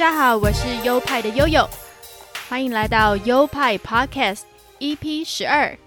家好，我是优派的悠悠，欢迎来到优派 Podcast EP12。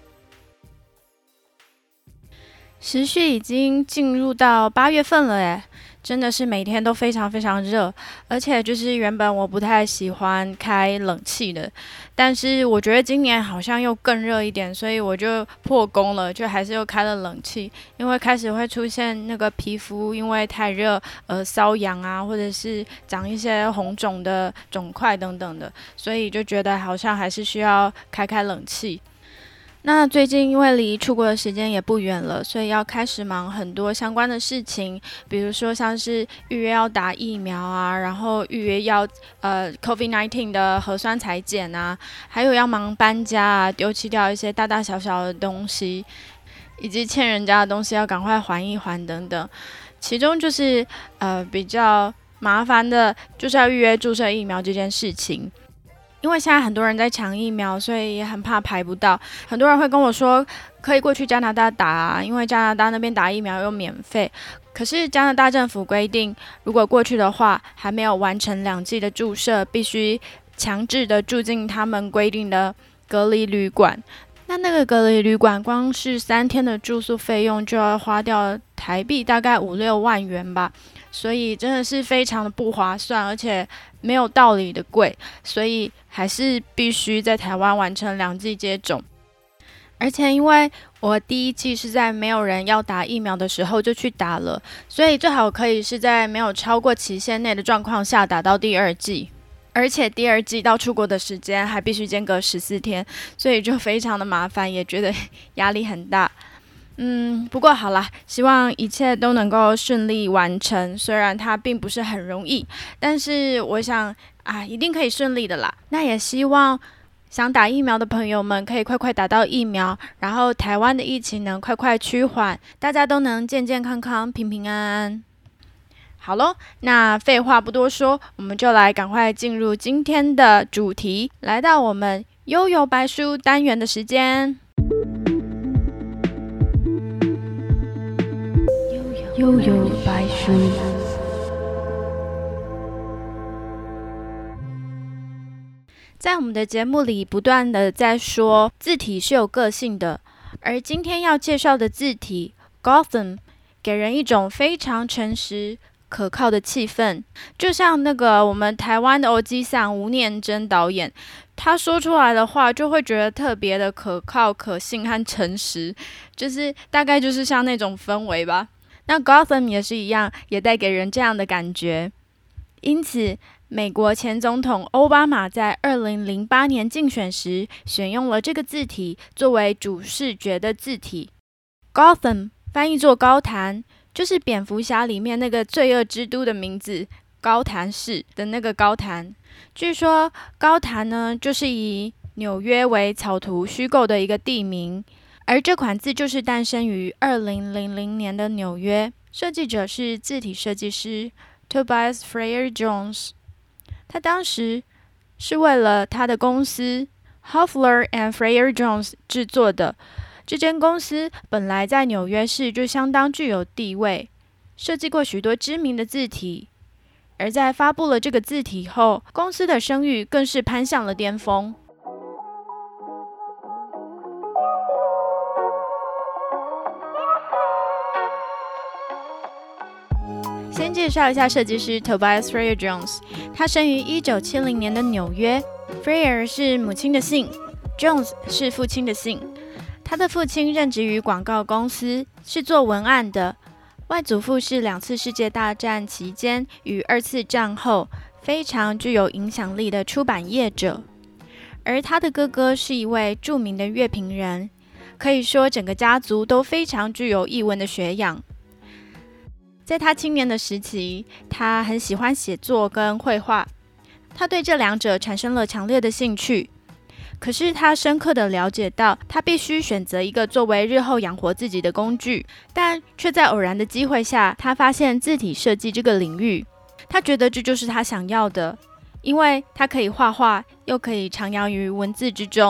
时序已经进入到8月份了耶，真的是每天都非常非常热，而且就是原本我不太喜欢开冷气的，但是我觉得今年好像又更热一点，所以我就破功了，就还是又开了冷气，因为开始会出现那个皮肤因为太热瘙痒啊，或者是长一些红肿的肿块等等的，所以就觉得好像还是需要开冷气。那最近因为离出国的时间也不远了，所以要开始忙很多相关的事情，比如说像是预约要打疫苗啊，然后预约要COVID-19 的核酸采检啊，还有要忙搬家啊，丢弃掉一些大大小小的东西，以及欠人家的东西要赶快还一还等等。其中就是比较麻烦的，就是要预约注射疫苗这件事情。因为现在很多人在抢疫苗，所以也很怕排不到。很多人会跟我说，可以过去加拿大打啊，因为加拿大那边打疫苗又免费。可是加拿大政府规定，如果过去的话，还没有完成2剂的注射，必须强制的住进他们规定的隔离旅馆。那个隔离旅馆光是3天的住宿费用就要花掉台币大概5-6万元吧，所以真的是非常的不划算，而且没有道理的贵，所以还是必须在台湾完成2剂接种。而且因为我第1剂是在没有人要打疫苗的时候就去打了，所以最好可以是在没有超过期限内的状况下打到第2剂。而且第2剂到出国的时间还必须间隔14天，所以就非常的麻烦，也觉得压力很大。不过好啦，希望一切都能够顺利完成，虽然它并不是很容易，但是我想一定可以顺利的啦。那也希望想打疫苗的朋友们可以快快打到疫苗，然后台湾的疫情能快快趋缓，大家都能健健康康、平平安安。好咯，那废话不多说，我们就来赶快进入今天的主题，来到我们悠悠白书单元的时间。悠悠白书，在我们的节目里不断的在说字体是有个性的，而今天要介绍的字体 Gotham 给人一种非常诚实可靠的气氛，就像那个我们台湾的欧吉桑吴念真导演，他说出来的话就会觉得特别的可靠、可信和诚实，就是大概就是像那种氛围吧。那 Gotham 也是一样，也带给人这样的感觉。因此，美国前总统奥巴马在2008年竞选时选用了这个字体作为主视觉的字体。Gotham 翻译作高谭，就是蝙蝠侠里面那个罪恶之都的名字，高谭市的那个高谭。据说高谭呢，就是以纽约为草图虚构的一个地名，而这款字就是诞生于2000年的纽约，设计者是字体设计师 Tobias Frere Jones。 他当时是为了他的公司 Hoffler and Frere Jones 制作的。这间公司本来在纽约市就相当具有地位，设计过许多知名的字体，而在发布了这个字体后，公司的声誉更是攀上了巅峰。先介绍一下设计师 Tobias Frere Jones， 他生于1970年的纽约。Frere 是母亲的姓， Jones 是父亲的姓。他的父亲任职于广告公司，是做文案的。外祖父是2次世界大战期间与2次战后非常具有影响力的出版业者，而他的哥哥是一位著名的乐评人，可以说整个家族都非常具有艺文的学养。在他青年的时期，他很喜欢写作跟绘画，他对这2者产生了强烈的兴趣。可是他深刻地了解到，他必须选择一个作为日后养活自己的工具，但却在偶然的机会下，他发现字体设计这个领域。他觉得这就是他想要的，因为他可以画画，又可以徜徉于文字之中。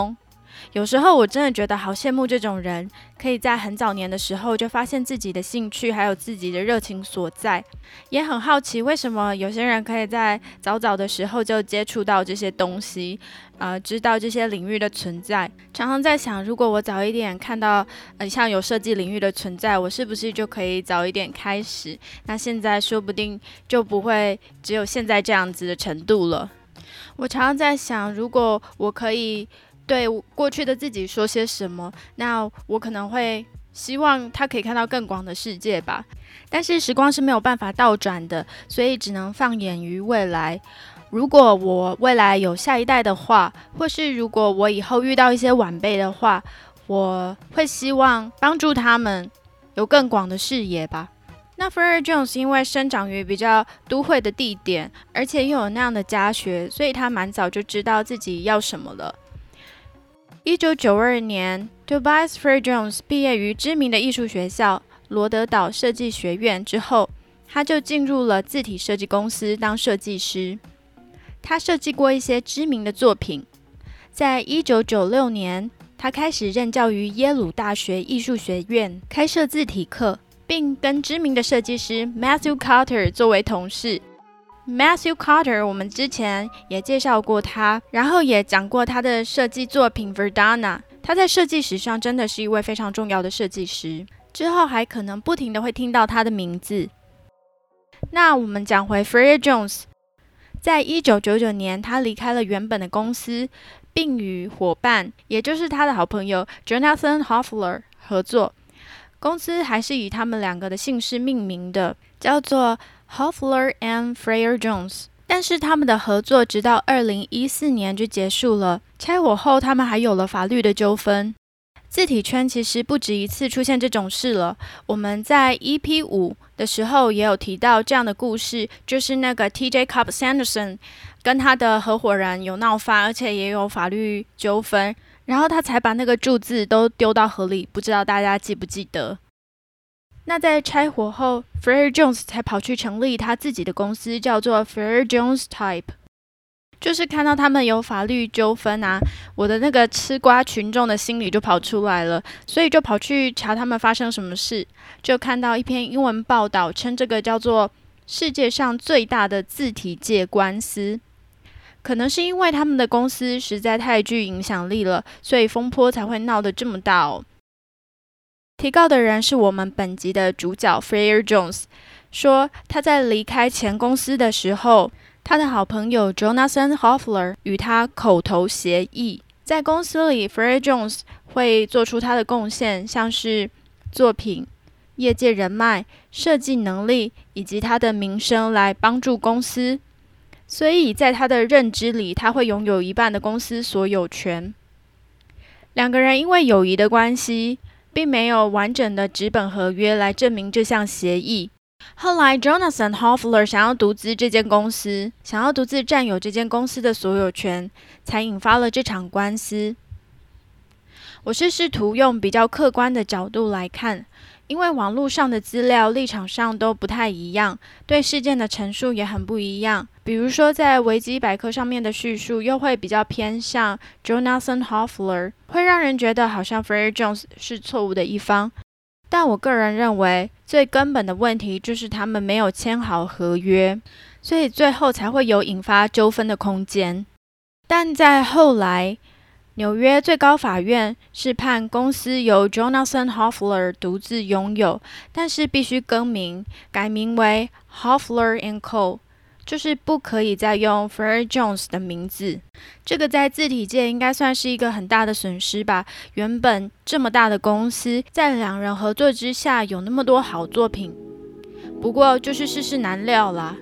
有时候我真的觉得好羡慕这种人，可以在很早年的时候就发现自己的兴趣还有自己的热情所在。也很好奇为什么有些人可以在早早的时候就接触到这些东西，知道这些领域的存在。常常在想，如果我早一点看到像有设计领域的存在，我是不是就可以早一点开始？那现在说不定就不会只有现在这样子的程度了。我常常在想，如果我可以对过去的自己说些什么，那我可能会希望他可以看到更广的世界吧。但是时光是没有办法倒转的，所以只能放眼于未来。如果我未来有下一代的话，或是如果我以后遇到一些晚辈的话，我会希望帮助他们有更广的视野吧。那 Freer Jones 因为生长于比较都会的地点，而且又有那样的家学，所以他蛮早就知道自己要什么了。1992年 Tobias Freer Jones 毕业于知名的艺术学校罗德岛设计学院之后，他就进入了字体设计公司当设计师。他设计过一些知名的作品。在1996年，他开始任教于耶鲁大学艺术学院，开设字体课，并跟知名的设计师 Matthew Carter 作为同事。Matthew Carter 我们之前也介绍过他，然后也讲过他的设计作品 Verdana。 他在设计史上真的是一位非常重要的设计师，之后还可能不停的会听到他的名字。那我们讲回 Freer Jones， 在1999年他离开了原本的公司，并与伙伴也就是他的好朋友 Jonathan Hoffler 合作。公司还是以他们两个的姓氏命名的，叫做 Hoffler and Freer Jones。 但是他们的合作直到2014年就结束了。拆伙后他们还有了法律的纠纷。字体圈其实不止一次出现这种事了，我们在 EP5 的时候也有提到这样的故事，就是那个 TJ Cobb Sanderson 跟他的合伙人有闹翻，而且也有法律纠纷，然后他才把那个注字都丢到河里，不知道大家记不记得。那在拆伙后 Freer Jones 才跑去成立他自己的公司，叫做 Freer Jones Type。 就是看到他们有法律纠纷啊，我的那个吃瓜群众的心理就跑出来了，所以就跑去查他们发生什么事，就看到一篇英文报道，称这个叫做世界上最大的字体界官司。可能是因为他们的公司实在太具影响力了，所以风波才会闹得这么大哦。提告的人是我们本集的主角 Freer Jones， 说他在离开前公司的时候，他的好朋友 Jonathan Hoffler 与他口头协议，在公司里 Freer Jones 会做出他的贡献，像是作品、业界人脉、设计能力以及他的名声来帮助公司。所以在他的认知里，他会拥有一半的公司所有权。两个人因为友谊的关系，并没有完整的纸本合约来证明这项协议。后来 Jonathan Hoffler 想要独资这间公司，想要独自占有这间公司的所有权，才引发了这场官司。我是试图用比较客观的角度来看，因为网络上的资料立场上都不太一样，对事件的陈述也很不一样。比如说在维基百科上面的叙述又会比较偏向 Jonathan Hoffler， 会让人觉得好像 Freer Jones 是错误的一方。但我个人认为最根本的问题就是他们没有签好合约，所以最后才会有引发纠纷的空间。但在后来，纽约最高法院是判公司由 Jonathan Hoffler 独自拥有，但是必须更名，改名为 Hoffler & Co， 就是不可以再用 Freer Jones 的名字。这个在字体界应该算是一个很大的损失吧。原本这么大的公司，在两人合作之下有那么多好作品，不过就是世事难料啦。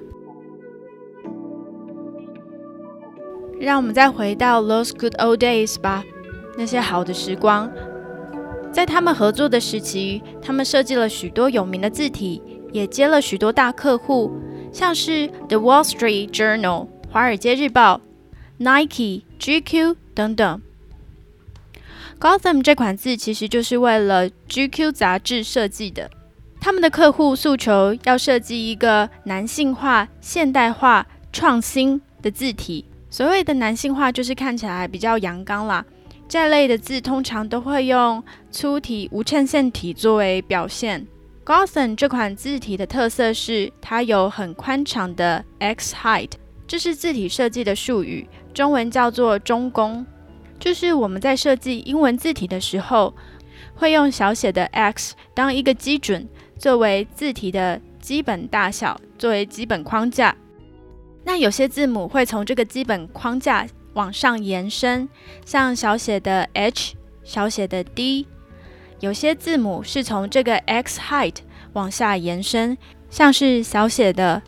让我们再回到 Those Good Old Days 吧，那些好的时光。在他们合作的时期，他们设计了许多有名的字体，也接了许多大客户，像是 The Wall Street Journal 华尔街日报、Nike、GQ 等等。Gotham 这款字其实就是为了 GQ 杂志设计的。他们的客户诉求要设计一个男性化、现代化、创新的字体。所谓的男性化就是看起来比较阳刚啦， 这类的字通常都会用粗体无衬线体作为表现。Gotham 这款字体的特色是它有很宽敞的 X height， 这是字体设计的术语，中文叫做中宫。就是我们在设计英文字体的时候，会用小写的 X 当一个基准，作为字体的基本大小，作为基本框架。那有些字母会从这个基本框架往上延伸，像小写的 H、小写的 D。有些字母是从这个 X height 往下延伸，像是小写的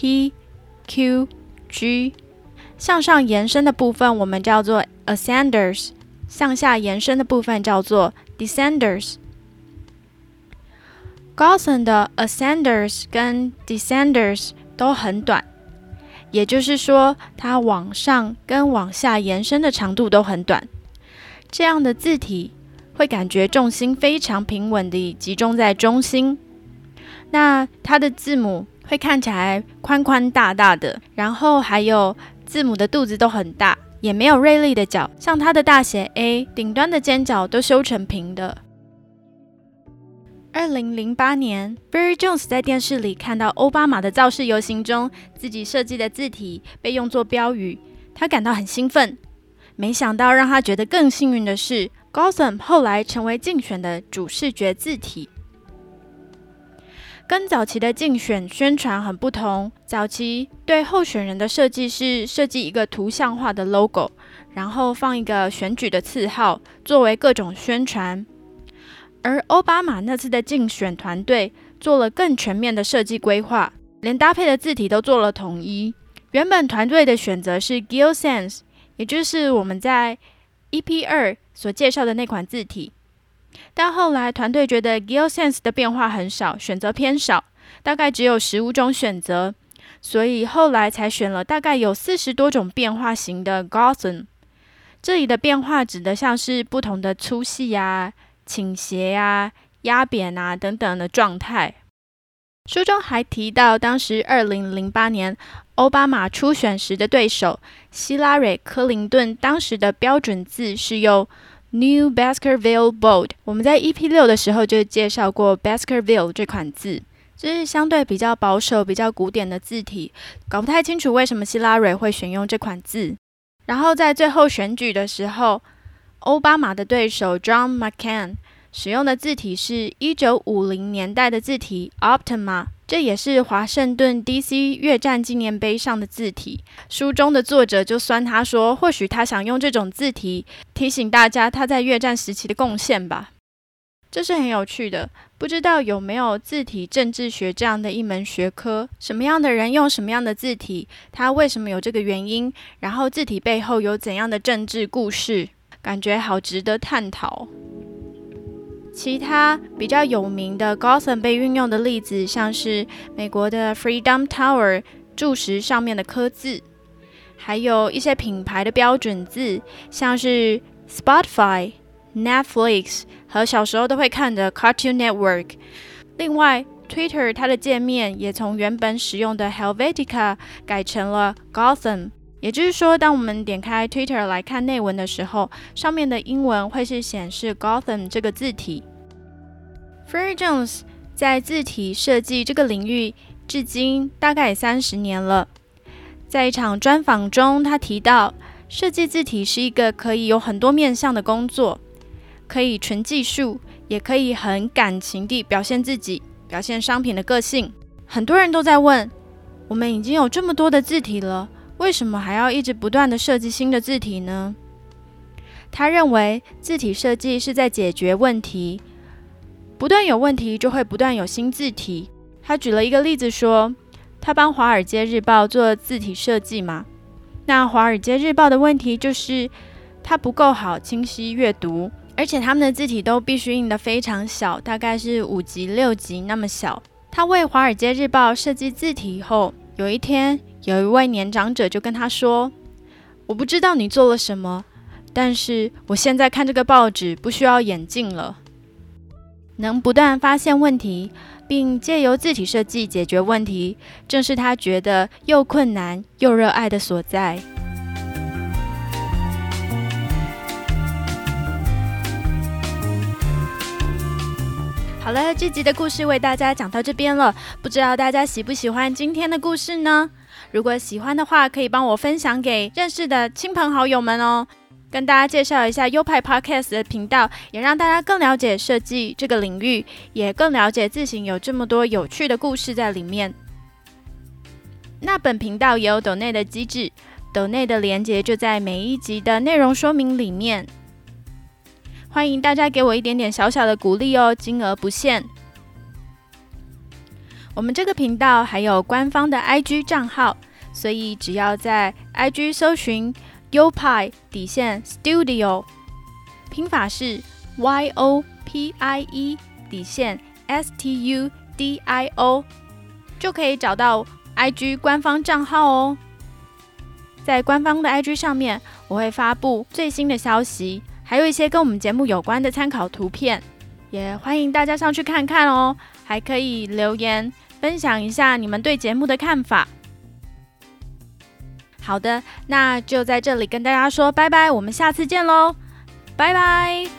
P、Q、G。向上延伸的部分我们叫做 ascenders， 向下延伸的部分叫做 descenders。 Gotham 的 ascenders 跟 descenders 都很短，也就是说它往上跟往下延伸的长度都很短。这样的字体会感觉重心非常平稳地集中在中心，那它的字母会看起来宽宽大大的，然后还有字母的肚子都很大，也没有锐利的角，像它的大写 A 顶端的尖角都修成平的。2008年 Barry Jones 在电视里看到奥巴马的造势游行中自己设计的字体被用作标语，他感到很兴奋。没想到让他觉得更幸运的是， Gotham 后来成为竞选的主视觉字体。跟早期的竞选宣传很不同，早期对候选人的设计是设计一个图像化的 logo， 然后放一个选举的字号作为各种宣传。而奥巴马那次的竞选团队做了更全面的设计规划，连搭配的字体都做了统一。原本团队的选择是 Gill Sans， 也就是我们在 EP2 所介绍的那款字体。但后来团队觉得 Gill Sans 的变化很少，选择偏少，大概只有15种选择，所以后来才选了大概有40多种变化型的 Gotham。 这里的变化指的像是不同的粗细啊、倾斜啊、压扁啊等等的状态。书中还提到当时2008年奥巴马初选时的对手希拉蕊·克林顿当时的标准字是用New Baskerville Bold， 我们在 EP6 的时候就介绍过 Baskerville 这款字，这是相对比较保守、比较古典的字体，搞不太清楚为什么希拉蕊会选用这款字。然后在最后选举的时候，奥巴马的对手 John McCain 使用的字体是1950年代的字体 Optima， 这也是华盛顿 DC 越战纪念碑上的字体。书中的作者就酸他说，或许他想用这种字体提醒大家他在越战时期的贡献吧。这是很有趣的，不知道有没有字体政治学这样的一门学科，什么样的人用什么样的字体，他为什么有这个原因，然后字体背后有怎样的政治故事，感觉好值得探讨。其他比较有名的 Gotham 被运用的例子，像是美国的 Freedom Tower 柱石上面的刻字，还有一些品牌的标准字，像是 Spotify、Netflix 和小时候都会看的 Cartoon Network。 另外 Twitter 它的界面也从原本使用的 Helvetica 改成了 Gotham，也就是说，当我们点开 Twitter 来看内文的时候，上面的英文会是显示 Gotham 这个字体。Barry Jones 在字体设计这个领域至今大概30年了。在一场专访中，他提到，设计字体是一个可以有很多面向的工作，可以纯技术，也可以很感情地表现自己，表现商品的个性。很多人都在问，我们已经有这么多的字体了，为什么还要一直不断的设计新的字体呢？他认为字体设计是在解决问题，不断有问题就会不断有新字体。他举了一个例子说，他帮华尔街日报做字体设计嘛，那华尔街日报的问题就是它不够好清晰阅读，而且他们的字体都必须印得非常小，大概是5级6级那么小。他为华尔街日报设计字体以后，有一天有一位年长者就跟他说，我不知道你做了什么，但是我现在看这个报纸不需要眼镜了。能不断发现问题，并借由字体设计解决问题，正是他觉得又困难又热爱的所在。 好了，这集的故事为大家讲到这边了，不知道大家喜不喜欢今天的故事呢？如果喜欢的话，可以帮我分享给认识的亲朋好友们哦。跟大家介绍一下优派 Podcast 的频道，也让大家更了解设计这个领域，也更了解自行有这么多有趣的故事在里面。那本频道也有抖内的机制，抖内的连结就在每一集的内容说明里面。欢迎大家给我一点点小小的鼓励哦，金额不限。我们这个频道还有官方的 IG 账号，所以只要在 IG 搜寻优派_Studio， 拼法是 YOPIE_STUDIO， 就可以找到 IG 官方账号哦。在官方的 IG 上面，我会发布最新的消息，还有一些跟我们节目有关的参考图片，也欢迎大家上去看看哦。还可以留言分享一下你们对节目的看法。好的，那就在这里跟大家说拜拜，我们下次见喽，拜拜。